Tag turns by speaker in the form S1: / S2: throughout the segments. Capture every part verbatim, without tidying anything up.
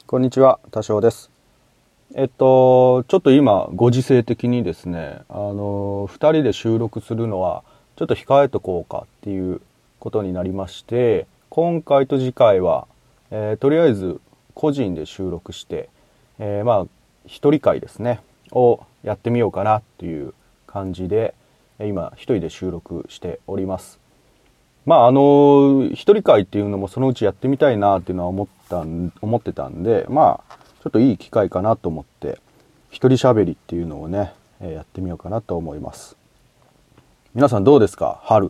S1: こんにちは、多少です。えっと、ちょっと今、ご時世的にですね、あの、二人で収録するのは、ちょっと控えとこうかっていうことになりまして、今回と次回は、えーとりあえず個人で収録して、えーまあ、一人会ですね、をやってみようかなっていう感じで、今、一人で収録しております。まああの一人会っていうのもそのうちやってみたいなっていうのは思ったん思ってたんで、まあちょっといい機会かなと思って一人喋りっていうのをね、えーやってみようかなと思います。皆さんどうですか？春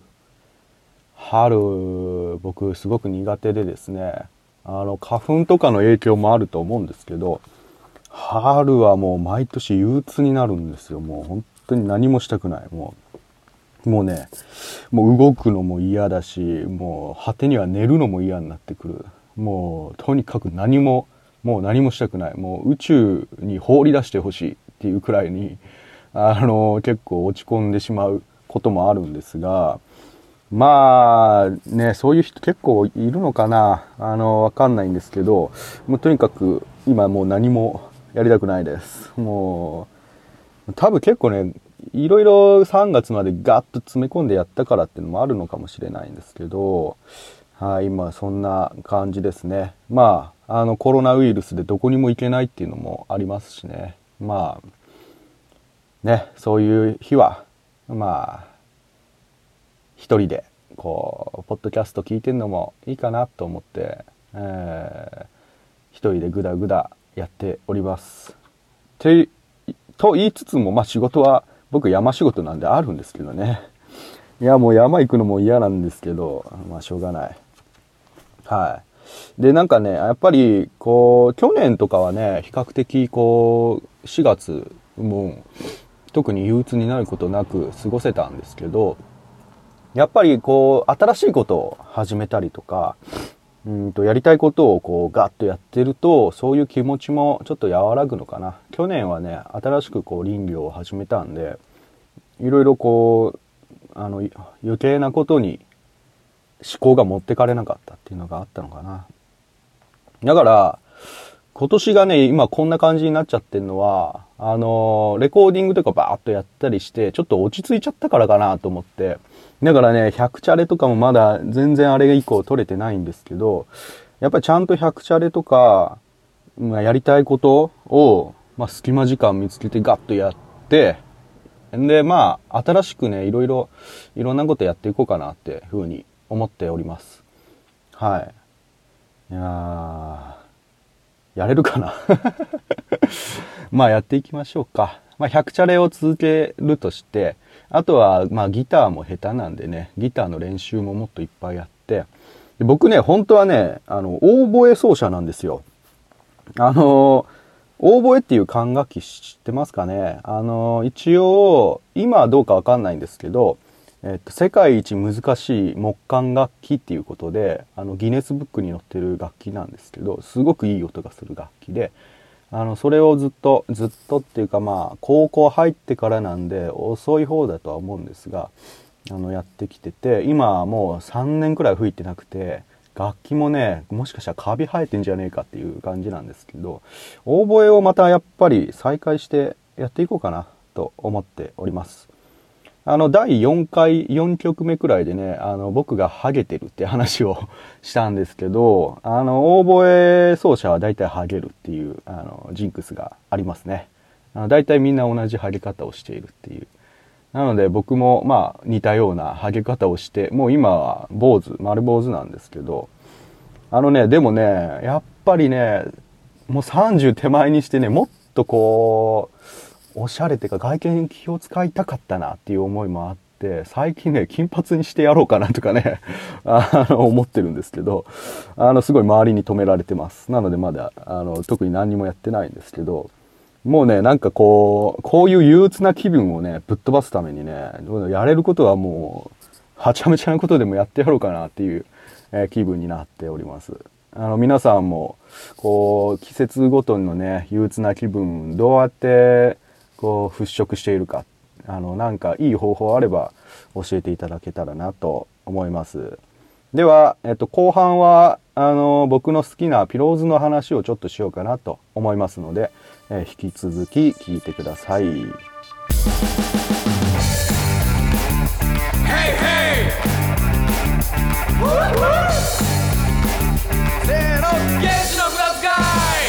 S1: 春僕すごく苦手でですね、あの花粉とかの影響もあると思うんですけど、春はもう毎年憂鬱になるんですよ。もう本当に何もしたくない。もうもうね、もう動くのも嫌だし、もう果てには寝るのも嫌になってくる。もうとにかく何も、もう何もしたくない。もう宇宙に放り出してほしいっていうくらいに、あの、結構落ち込んでしまうこともあるんですが、まあね、そういう人結構いるのかな、あの、わかんないんですけど、もうとにかく今もう何もやりたくないです。もう、多分結構ね、いろいろさんがつまでガッと詰め込んでやったからっていうのもあるのかもしれないんですけど、はい、今そんな感じですね。まあ、あのコロナウイルスでどこにも行けないっていうのもありますしね。まあ、ね、そういう日は、まあ、一人で、こう、ポッドキャスト聞いてるのもいいかなと思って、えー、一人でグダグダやっております。て、と言いつつも、まあ仕事は、僕山仕事なんであるんですけどね。いや、もう山行くのも嫌なんですけど、まあしょうがない。はい。で、なんかね、やっぱり、こう、去年とかはね、比較的、こう、しがつも、特に憂鬱になることなく過ごせたんですけど、やっぱり、こう、新しいことを始めたりとか、うんと、やりたいことをこう、ガッとやってると、そういう気持ちもちょっと和らぐのかな。去年はね、新しくこう、林業を始めたんで、いろいろこう、あの、余計なことに思考が持ってかれなかったっていうのがあったのかな。だから、今年がね、今こんな感じになっちゃってるのは、あの、レコーディングとかバーっとやったりして、ちょっと落ち着いちゃったからかなと思って。だからね、ひゃくチャレとかもまだ全然あれ以降取れてないんですけど、やっぱりちゃんとひゃくチャレとか、まあ、やりたいことを、まあ、隙間時間見つけてガッとやって、で、まあ、新しくね、いろいろ、いろんなことやっていこうかなっていうふうに思っております。はい。いやー、やれるかなまあ、やっていきましょうか。まあ、ひゃくチャレを続けるとして、あとは、まあ、ギターも下手なんでね、ギターの練習ももっといっぱいやって、で僕ね、本当はね、あの、オーボエ奏者なんですよ。あの、オーボエっていう管楽器知ってますかね？あの、一応、今はどうかわかんないんですけど、えっと、世界一難しい木管楽器っていうことで、あの、ギネスブックに載ってる楽器なんですけど、すごくいい音がする楽器で、あの、それをずっと、ずっとっていうかまあ、高校入ってからなんで、遅い方だとは思うんですが、あの、やってきてて、今はもうさんねんくらい吹いてなくて、楽器もね、もしかしたらカビ生えてんじゃねえかっていう感じなんですけど、オーボエをまたやっぱり再開してやっていこうかなと思っております。あの、だいよんかい、よんきょくめくらいでね、あの、僕がハゲてるって話をしたんですけど、あの、オーボエ奏者は大体ハゲるっていう、あの、ジンクスがありますね。あの大体みんな同じハゲ方をしているっていう。なので僕もまあ似たようなハゲ方をして、もう今は坊主、丸坊主なんですけど、あのね、でもね、やっぱりね、もうさんじゅう手前にしてね、もっとこう、おしゃれっていうか外見に気を使いたかったなっていう思いもあって、最近ね、金髪にしてやろうかなとかね、あの、思ってるんですけど、あの、すごい周りに止められてます。なのでまだ、あの、特に何にもやってないんですけど、もうね、なんかこう、こういう憂鬱な気分をね、ぶっ飛ばすためにね、やれることはもう、はちゃめちゃなことでもやってやろうかなっていう、えー気分になっております。あの、皆さんも、こう、季節ごとのね、憂鬱な気分、どうやって、こう、払拭しているか、あの、なんかいい方法あれば教えていただけたらなと思います。 では、えっと、後半はあの僕の好きなピローズの話をちょっとしようかなと思いますので、えー、引き続き聞いてください。Hey, hey! Woo-hoo! せーの、原始の無駄遣い。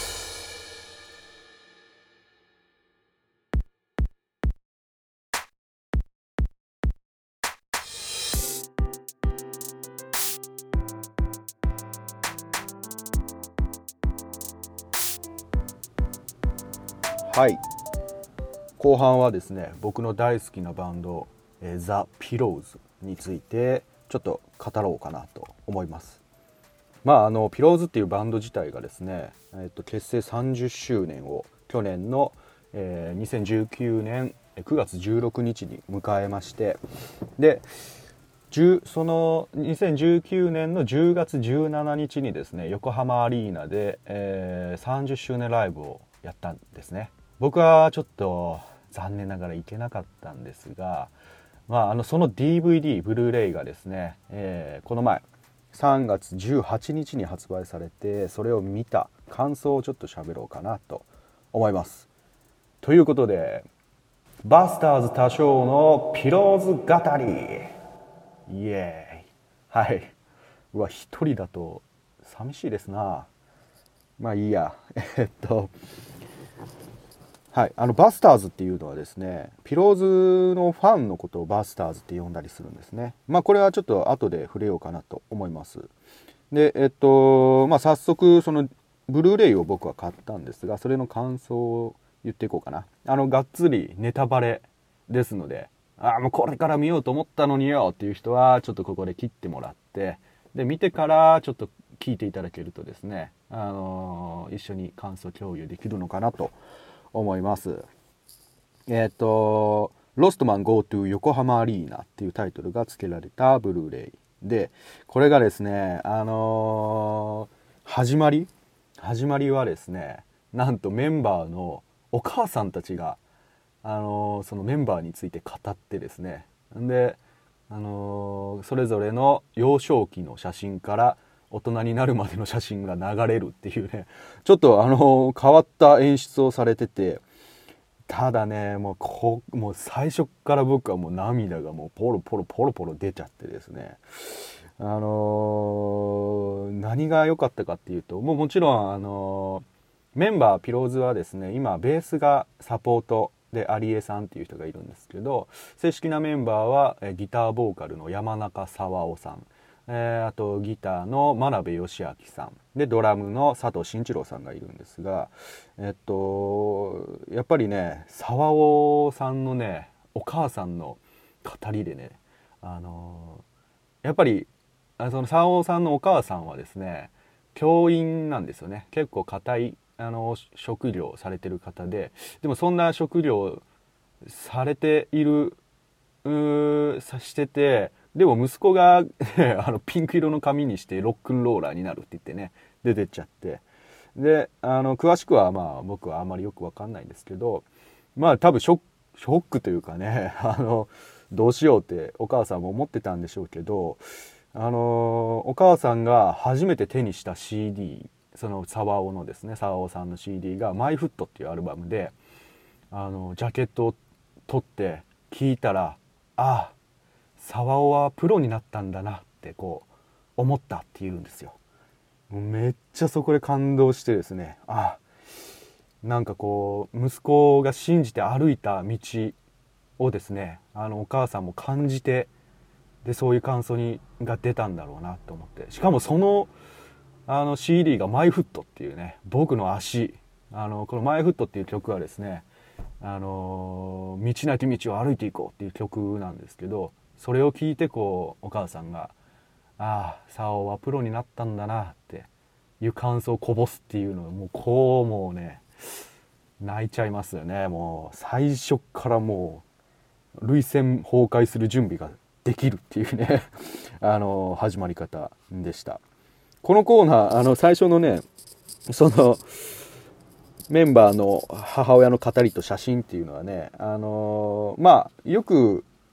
S1: はい、後半はですね、僕の大好きなバンド、えー、ザ・ピローズについてちょっと語ろうかなと思います。まああのピローズっていうバンド自体がですね、えー、と結成さんじゅっしゅうねんを去年の、えー、にせんじゅうきゅうねんくがつじゅうろくにちに迎えまして、でそのにせんじゅうきゅうねんのじゅうがつじゅうしちにちにですね、横浜アリーナで、えー、さんじゅっしゅうねんライブをやったんですね。僕はちょっと残念ながら行けなかったんですが、まあ、あのその ディーブイディー ブルーレイがですね、えー、この前さんがつじゅうはちにちに発売されて、それを見た感想をちょっと喋ろうかなと思います。ということで、バスターズ多少のピローズ語り、イエーイ。はい。うわ、一人だと寂しいですな。まあいいや。えっとはい、あのバスターズっていうのはですね、ピローズのファンのことをバスターズって呼んだりするんですね。まあこれはちょっと後で触れようかなと思います。で、えっとまあ早速そのブルーレイを僕は買ったんですが、それの感想を言っていこうかな。あのがっつりネタバレですので、ああもうこれから見ようと思ったのによっていう人はちょっとここで切ってもらって、で見てからちょっと聞いていただけるとですね、あのー、一緒に感想共有できるのかなと思います。えっとロストマン ゴートゥ 横浜アリーナっていうタイトルが付けられたブルーレイで、これがですね、あのー、始まり始まりはですね、なんとメンバーのお母さんたちが、あのー、そのメンバーについて語ってですね、で、あのー、それぞれの幼少期の写真から大人になるまでの写真が流れるっていうね、ちょっとあの変わった演出をされてて、ただね、もうこもう最初から僕はもう涙がもうポロポロポロポロ出ちゃってですね、あのー、何が良かったかっていうと、もうもちろんあのー、メンバーピローズはですね、今ベースがサポートでアリエさんっていう人がいるんですけど、正式なメンバーはギターボーカルの山中沢夫さん、えー、あとギターの真鍋義明さんで、ドラムの佐藤慎一郎さんがいるんですが、えっとやっぱりね、沢尾さんのねお母さんの語りでね、あのー、やっぱりその沢尾さんのお母さんはですね、教員なんですよね。結構固いあの職業されてる方で、でもそんな職業されているうさしてて、でも息子があのピンク色の髪にしてロックンローラーになるって言ってね、出てっちゃって、であの詳しくはまあ僕はあんまりよく分かんないんですけど、まあ多分ショック、ショックというかね、あのどうしようってお母さんも思ってたんでしょうけど、あのお母さんが初めて手にした シーディー、 その沢尾のですね、沢尾さんの シーディー がマイフットっていうアルバムで、あのジャケットを取って聞いたら、ああ沢尾はプロになったんだなってこう思ったっていうんですよ。もうめっちゃそこで感動してですね、ああなんかこう息子が信じて歩いた道をですね、あのお母さんも感じて、でそういう感想にが出たんだろうなと思って、しかもそのあの シーディー がマイフットっていうね、僕の足、あのこのマイフットっていう曲はですね、あの道なき道を歩いていこうっていう曲なんですけど、それを聞いてこうお母さんが、ああ沢尾はプロになったんだなっていう感想をこぼすっていうのが、もうこうもうね泣いちゃいますよね。もう最初からもう涙腺崩壊する準備ができるっていうねあの始まり方でした。このコーナー、あの最初のね、そのメンバーの母親の語りと写真っていうのはね、あのまあよく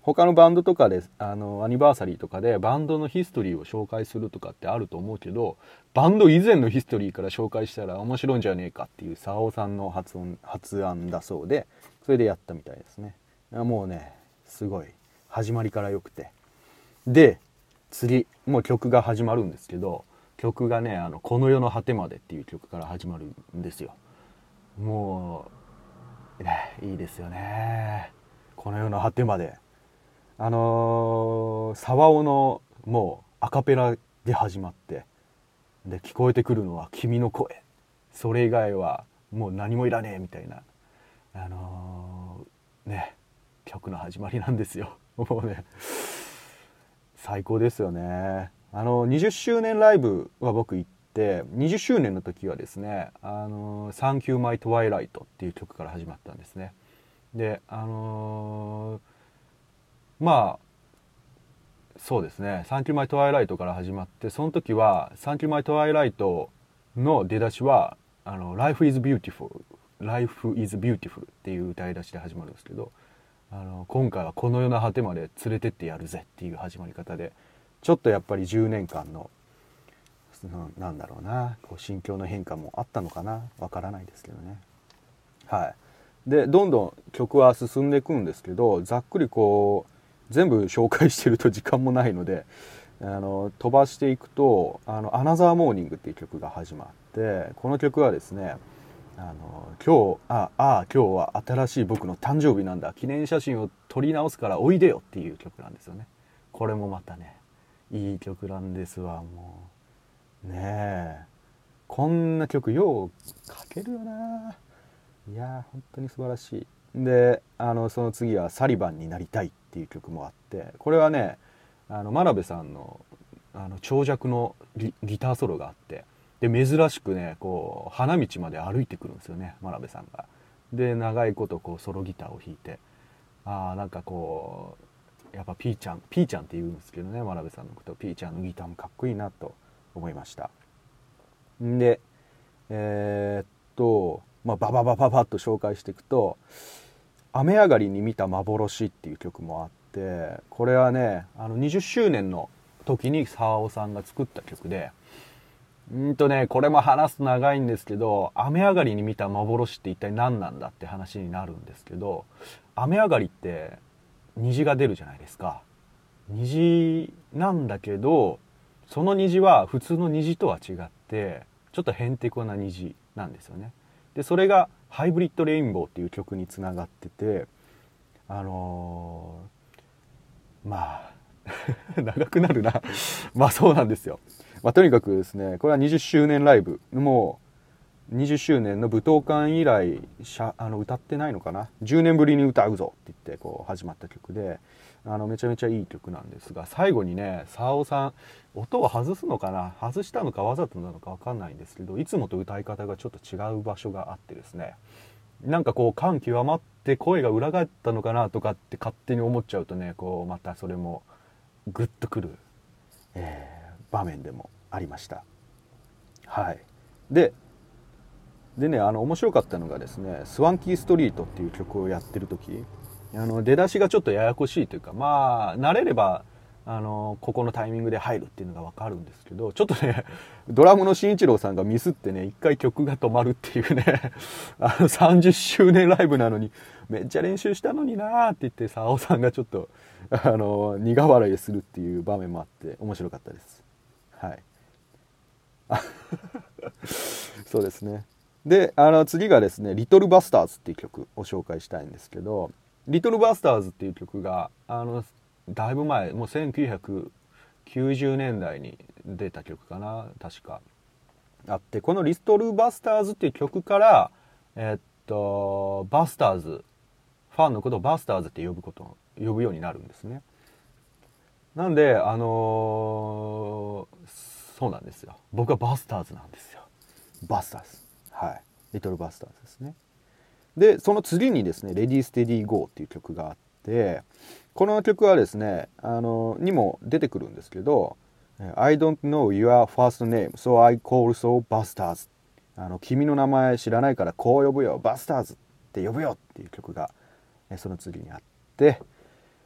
S1: 他のバンドとかであのアニバーサリーとかでバンドのヒストリーを紹介するとかってあると思うけど、バンド以前のヒストリーから紹介したら面白いんじゃねえかっていう沢尾さんの発音発案だそうで、それでやったみたいですね。もうねすごい始まりから良くて、で次もう曲が始まるんですけど、曲がねあのこの世の果てまでっていう曲から始まるんですよ。もう、ね、いいですよね。この世の果てまで、あのー、沢尾のもうアカペラで始まって、で聞こえてくるのは君の声、それ以外はもう何もいらねえみたいな、あのー、ね曲の始まりなんですよ。もうね最高ですよね。あのにじゅっしゅうねんライブは僕行って、にじゅっしゅうねんの時はですね「あの Thank You My Twilight」っていう曲から始まったんですね。であのー、まあそうですね「Thank You My Twilight」から始まって、その時は「Thank You My Twilight」の出だしはあの Life is Beautiful Life is Beautiful っていう歌い出しで始まるんですけど、あの今回はこの世の果てまで連れてってやるぜっていう始まり方で、ちょっとやっぱりじゅうねんかんのなんだろうな、こう心境の変化もあったのかな、わからないですけどね。はい。でどんどん曲は進んでいくんですけど、ざっくりこう全部紹介してると時間もないので、あの飛ばしていくと「あのアナザーモーニング」っていう曲が始まって、この曲はですねあの今日ああ今日は新しい僕の誕生日なんだ、記念写真を撮り直すからおいでよっていう曲なんですよね。これもまたねいい曲なんですわ。もうねえこんな曲よう書けるよな。いや本当に素晴らしい。であのその次は「サリバンになりたい」っていう曲もあって、これはねあの真鍋さんのあの長尺の ギ, ギターソロがあって、で珍しくねこう花道まで歩いてくるんですよね真鍋さんが。で長いことこうソロギターを弾いて、ああなんかこうやっぱピーちゃんピーちゃんって言うんですけどね、真鍋さんのこと、ピーちゃんのギターもかっこいいなと思いました。でえー、っとまあバババババッと紹介していくと「雨上がりに見た幻」っていう曲もあって、これはねあのにじゅっしゅうねんの時に沢尾さんが作った曲で、うんとねこれも話すと長いんですけど、雨上がりに見た幻って一体何なんだって話になるんですけど、雨上がりって虹が出るじゃないですか。虹なんだけど、その虹は普通の虹とは違ってちょっとへんてこな虹なんですよね。でそれが「ハイブリッド・レインボー」っていう曲につながってて、あのー、まあ長くなるなまあそうなんですよ。まあ、とにかくですねこれはにじゅっしゅうねんライブ、もうにじゅっしゅうねんの武道館以来あの歌ってないのかな、じゅうねんぶりに歌うぞって言ってこう始まった曲で、あのめちゃめちゃいい曲なんですが、最後にね沢尾さん音を外すのかな、外したのかわざとなのか分かんないんですけど、いつもと歌い方がちょっと違う場所があってですね、なんかこう感極まって声が裏返ったのかなとかって勝手に思っちゃうとね、こうまたそれもグッとくる、えー、場面でもありました。はい。ででねあの面白かったのがですね「スワンキーストリート」っていう曲をやってる時、あの出だしがちょっとややこしいというか、まあ慣れればあのここのタイミングで入るっていうのが分かるんですけど、ちょっとねドラムの慎一郎さんがミスってね一回曲が止まるっていうねあのさんじゅっしゅうねんライブなのにめっちゃ練習したのになーって言って沢尾さんがちょっとあの苦笑いするっていう場面もあって面白かったです。はいそうですね。であの次がですね「リトルバスターズ」っていう曲を紹介したいんですけど、リトルバスターズっていう曲があのだいぶ前、もうせんきゅうひゃくきゅうじゅうねんだいに出た曲かな確かあって、このリトルバスターズっていう曲からえー、っとバスターズファンのことをバスターズって呼ぶこと呼ぶようになるんですね。なんであのー、そうなんですよ、僕はバスターズなんですよ。バスターズ、はい、リトルバスターズですね。でその次にですね「レディーステディーゴー」っていう曲があって、この曲はですねあのにも出てくるんですけど「I don't know your first name so I call so bastards」、あの君の名前知らないからこう呼ぶよバスターズって呼ぶよっていう曲がその次にあって、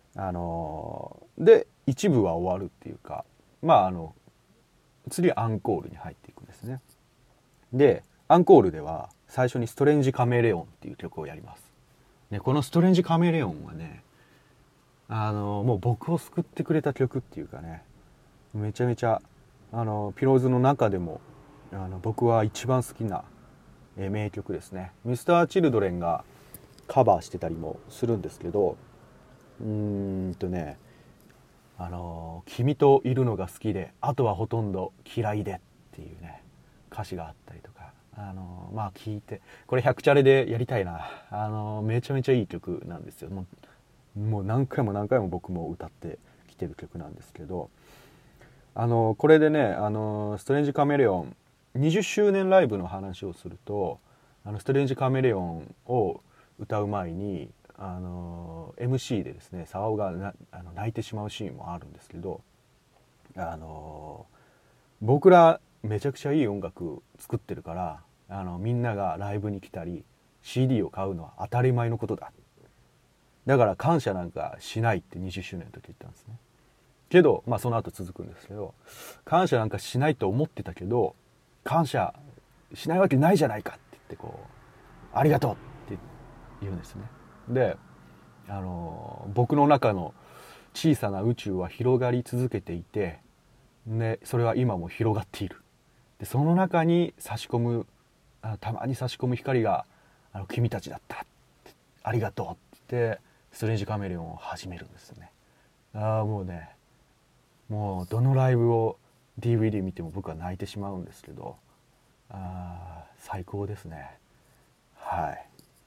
S1: あのー、で一部は終わるっていうか、まああの次アンコールに入っていくんですね。でアンコールでは最初にストレンジカメレオンっていう曲をやります。でこのストレンジカメレオンはね、あのー、もう僕を救ってくれた曲っていうかね、めちゃめちゃあのピローズの中でもあの僕は一番好きな名曲ですね。ミスターチルドレンがカバーしてたりもするんですけど、うーんとねあの君といるのが好きであとはほとんど嫌いでっていうね歌詞があったりとか、あのまあ聞いてこれひゃくチャレでやりたいな。あのめちゃめちゃいい曲なんですよ。もう、もう何回も何回も僕も歌ってきてる曲なんですけど、あのこれでねあのストレンジカメレオンにじゅっしゅうねんライブの話をすると、あのストレンジカメレオンを歌う前にあの エムシー でですね沢尾がなあの泣いてしまうシーンもあるんですけど、あの僕らめちゃくちゃいい音楽作ってるから、あのみんながライブに来たり シーディー を買うのは当たり前のことだ、だから感謝なんかしないってにじゅっしゅうねんの時言ったんですね。けど、まあ、その後続くんですけど、感謝なんかしないと思ってたけど感謝しないわけないじゃないかって言ってこうありがとうって言うんですね。であの僕の中の小さな宇宙は広がり続けていて、ね、それは今も広がっている。でその中に差し込むあたまに差し込む光があの君たちだったってありがとうって言ってストレンジカメレオンを始めるんですよね。ああもうねもうどのライブを ディーブイディー 見ても僕は泣いてしまうんですけど、あ最高ですね。はい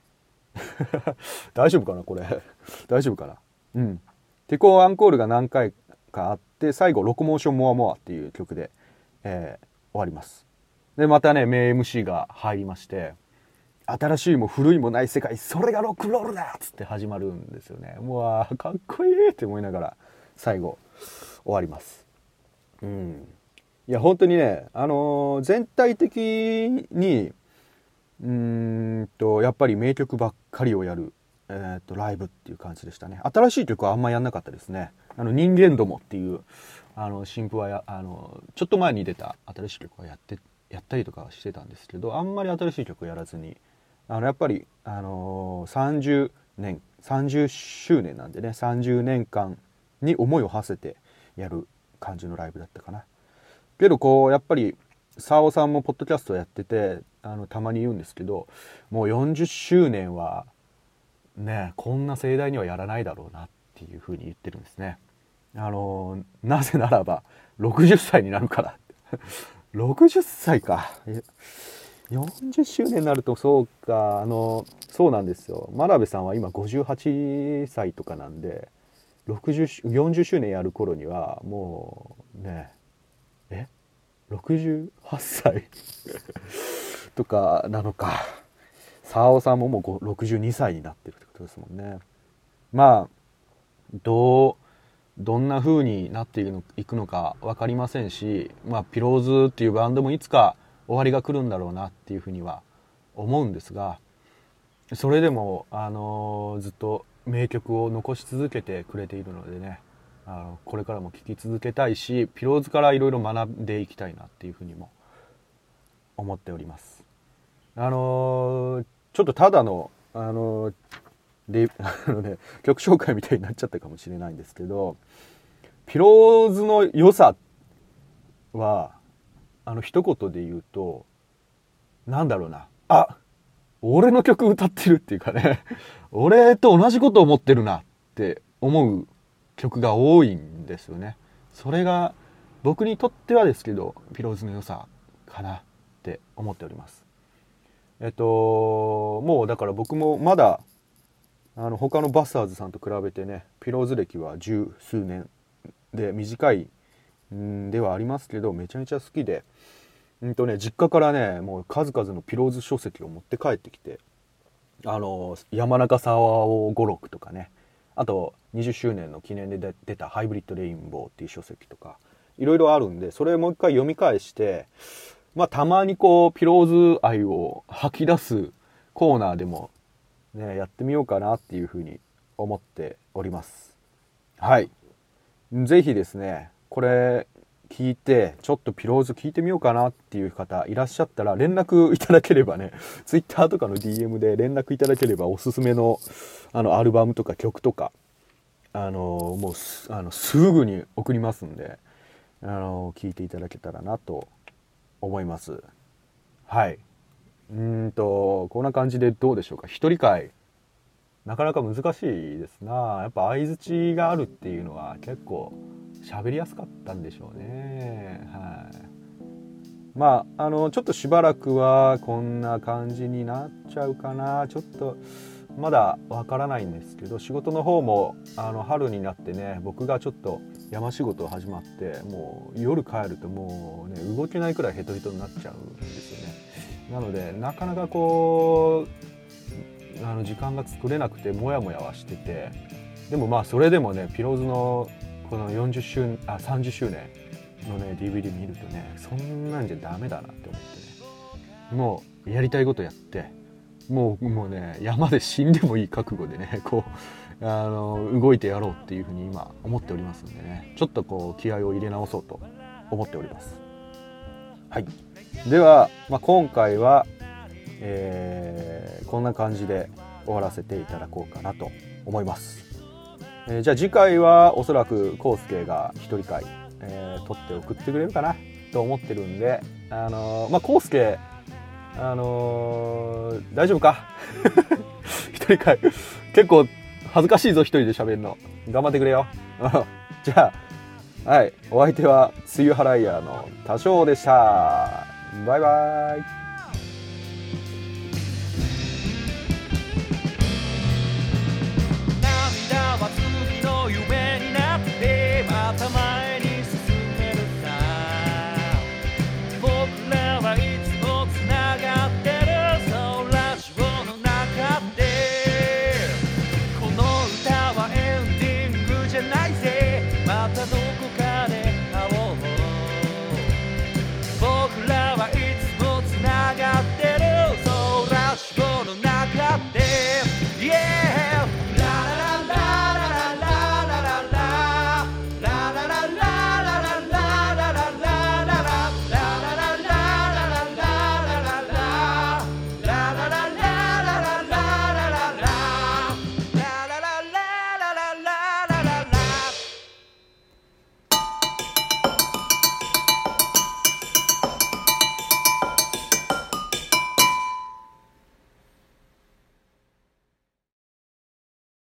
S1: 大丈夫かなこれ大丈夫かな。うんでこうアンコールが何回かあって最後「ロコモーションモアモア」っていう曲で、えー、終わります。でまたね名 エムシー が入りまして、新しいも古いもない世界それがロックンロールだっつって始まるんですよね。もうかっこいいって思いながら最後終わります。うん、いや本当にね、あのー、全体的にうーんとやっぱり名曲ばっかりをやる、えー、とライブっていう感じでしたね。新しい曲はあんまやんなかったですね。あの人間どもっていうあの新譜はやあのちょっと前に出た新しい曲はやってやったりとかしてたんですけど、あんまり新しい曲やらずに、あのやっぱり、あのー、さんじゅうねんさんじゅっしゅうねんなんでね、さんじゅうねんかんに思いを馳せてやる感じのライブだったかな。けどこうやっぱりサオさんもポッドキャストやっててあのたまに言うんですけど、もうよんじゅっしゅうねんはねこんな盛大にはやらないだろうなっていうふうに言ってるんですね。あのなぜならばろくじゅっさいになるからろくじゅっさいかよんじゅっしゅうねんになるとそうか、あのそうなんですよ。真鍋さんは今ごじゅうはちさいとかなんでろくじゅうよんじゅっしゅうねんやる頃にはもうねえろくじゅうはっさいとかなのか。沢尾さんももうろくじゅうにさいになってるってことですもんね。まあどうどんな風になっていくのか分かりませんし、まあ、ピローズっていうバンドもいつか終わりが来るんだろうなっていうふうには思うんですが、それでも、あのー、ずっと名曲を残し続けてくれているのでね、あのこれからも聴き続けたいし、ピローズからいろいろ学んでいきたいなっていうふうにも思っております。あのー、ちょっとただの、あのーであのね、曲紹介みたいになっちゃったかもしれないんですけど、ピローズの良さはあの一言で言うとなんだろうな、あ俺の曲歌ってるっていうかね俺と同じことを思ってるなって思う曲が多いんですよね。それが僕にとってはですけどピローズの良さかなって思っております。えっともうだから僕もまだあの他のバスターズさんと比べてねピローズ歴は十数年で短いんではありますけどめちゃめちゃ好きで、うんとね、実家からねもう数々のピローズ書籍を持って帰ってきて、あの山中沢尾語録とかね、あとにじゅっしゅうねんの記念で出たハイブリッドレインボーっていう書籍とかいろいろあるんで、それもう一回読み返して、まあたまにこうピローズ愛を吐き出すコーナーでもねやってみようかなっていうふうに思っております。 はい。ぜひですね、これ聞いて、ちょっとピローズ聞いてみようかなっていう方いらっしゃったら、連絡いただければね、ツイッターとかの ディーエム で連絡いただければ、おすすめの、あの、アルバムとか曲とか、あの、もうす、あの、すぐに送りますんで、あの、聞いていただけたらなと思います。はい。うーんと、こんな感じでどうでしょうか。一人会。なかなか難しいですな。やっぱ相槌があるっていうのは結構喋りやすかったんでしょうね。はい。まあ、あの、ちょっとしばらくはこんな感じになっちゃうかな。ちょっと、まだわからないんですけど、仕事の方も、あの、春になってね、僕がちょっと山仕事始まって、もう夜帰るともうね、動けないくらいヘトヘトになっちゃうんですよね。なので、なかなかこう、あの、時間が作れなくて、モヤモヤはしてて、でもまあ、それでもね、ピローズのこのよんじゅっしゅう、あ、さんじゅっしゅうねんのね ディーブイディー 見るとね、そんなんじゃダメだなって思ってね、もうやりたいことやって、もうもうね、山で死んでもいい覚悟でね、こうあの動いてやろうっていうふうに今思っておりますんでね、ちょっとこう気合を入れ直そうと思っております。はい。では、まあ、今回は、えーこんな感じで終わらせていただこうかなと思います。えーじゃあ次回はおそらくコウスケが一人会、えー撮って送ってくれるかなと思ってるんで、あのー、まあコウスケ、あのー、大丈夫か一人会結構恥ずかしいぞ、一人で喋るの。頑張ってくれよじゃあ、はい、お相手は梅雨払いヤーの多少でした。バイバイ。